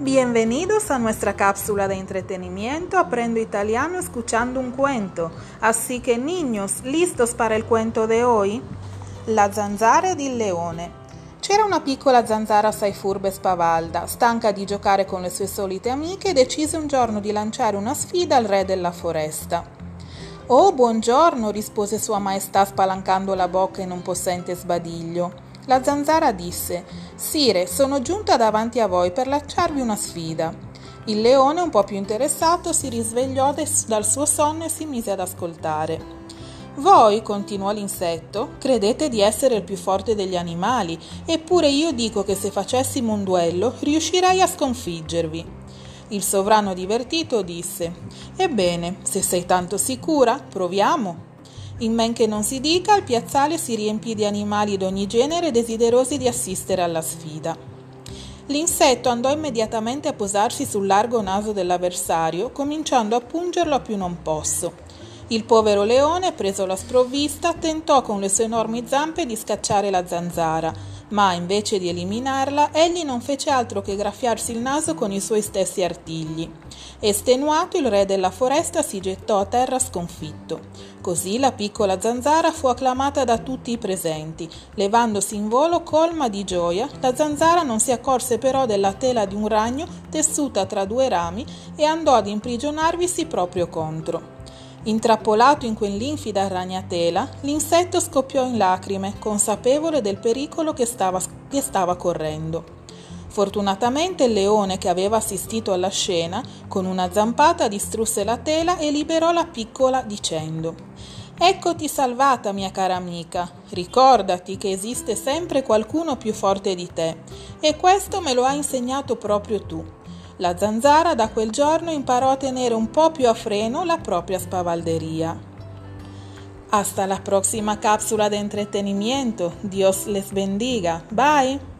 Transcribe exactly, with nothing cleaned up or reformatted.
Bienvenidos a nuestra cápsula de entretenimiento Aprendo Italiano escuchando un cuento. Así que niños, ¿listos para il cuento de hoy? La zanzara ed il leone. C'era una piccola zanzara assai furba e spavalda, stanca di giocare con le sue solite amiche, decise un giorno di lanciare una sfida al re della foresta. «Oh, buongiorno», rispose Sua Maestà spalancando la bocca in un possente sbadiglio. La zanzara disse: «Sire, sono giunta davanti a voi per lanciarvi una sfida». Il leone, un po' più interessato, si risvegliò dal suo sonno e si mise ad ascoltare. «Voi», continuò l'insetto, «credete di essere il più forte degli animali, eppure io dico che se facessimo un duello riuscirei a sconfiggervi». Il sovrano divertito disse: «Ebbene, se sei tanto sicura, proviamo». In men che non si dica, il piazzale si riempì di animali d'ogni genere desiderosi di assistere alla sfida. L'insetto andò immediatamente a posarsi sul largo naso dell'avversario, cominciando a pungerlo a più non posso. Il povero leone, preso alla sprovvista, tentò con le sue enormi zampe di scacciare la zanzara, ma invece di eliminarla, egli non fece altro che graffiarsi il naso con i suoi stessi artigli. Estenuato, il re della foresta si gettò a terra sconfitto. Così la piccola zanzara fu acclamata da tutti i presenti. Levandosi in volo colma di gioia, la zanzara non si accorse però della tela di un ragno tessuta tra due rami e andò ad imprigionarvisi proprio contro. Intrappolato in quell'infida ragnatela, l'insetto scoppiò in lacrime, consapevole del pericolo che stava, che stava correndo. Fortunatamente il leone, che aveva assistito alla scena, con una zampata distrusse la tela e liberò la piccola dicendo: «Eccoti salvata, mia cara amica. Ricordati che esiste sempre qualcuno più forte di te, e questo me lo hai insegnato proprio tu». La zanzara da quel giorno imparò a tenere un po' più a freno la propria spavalderia. Hasta la próxima cápsula de entretenimiento. Dios les bendiga. Bye.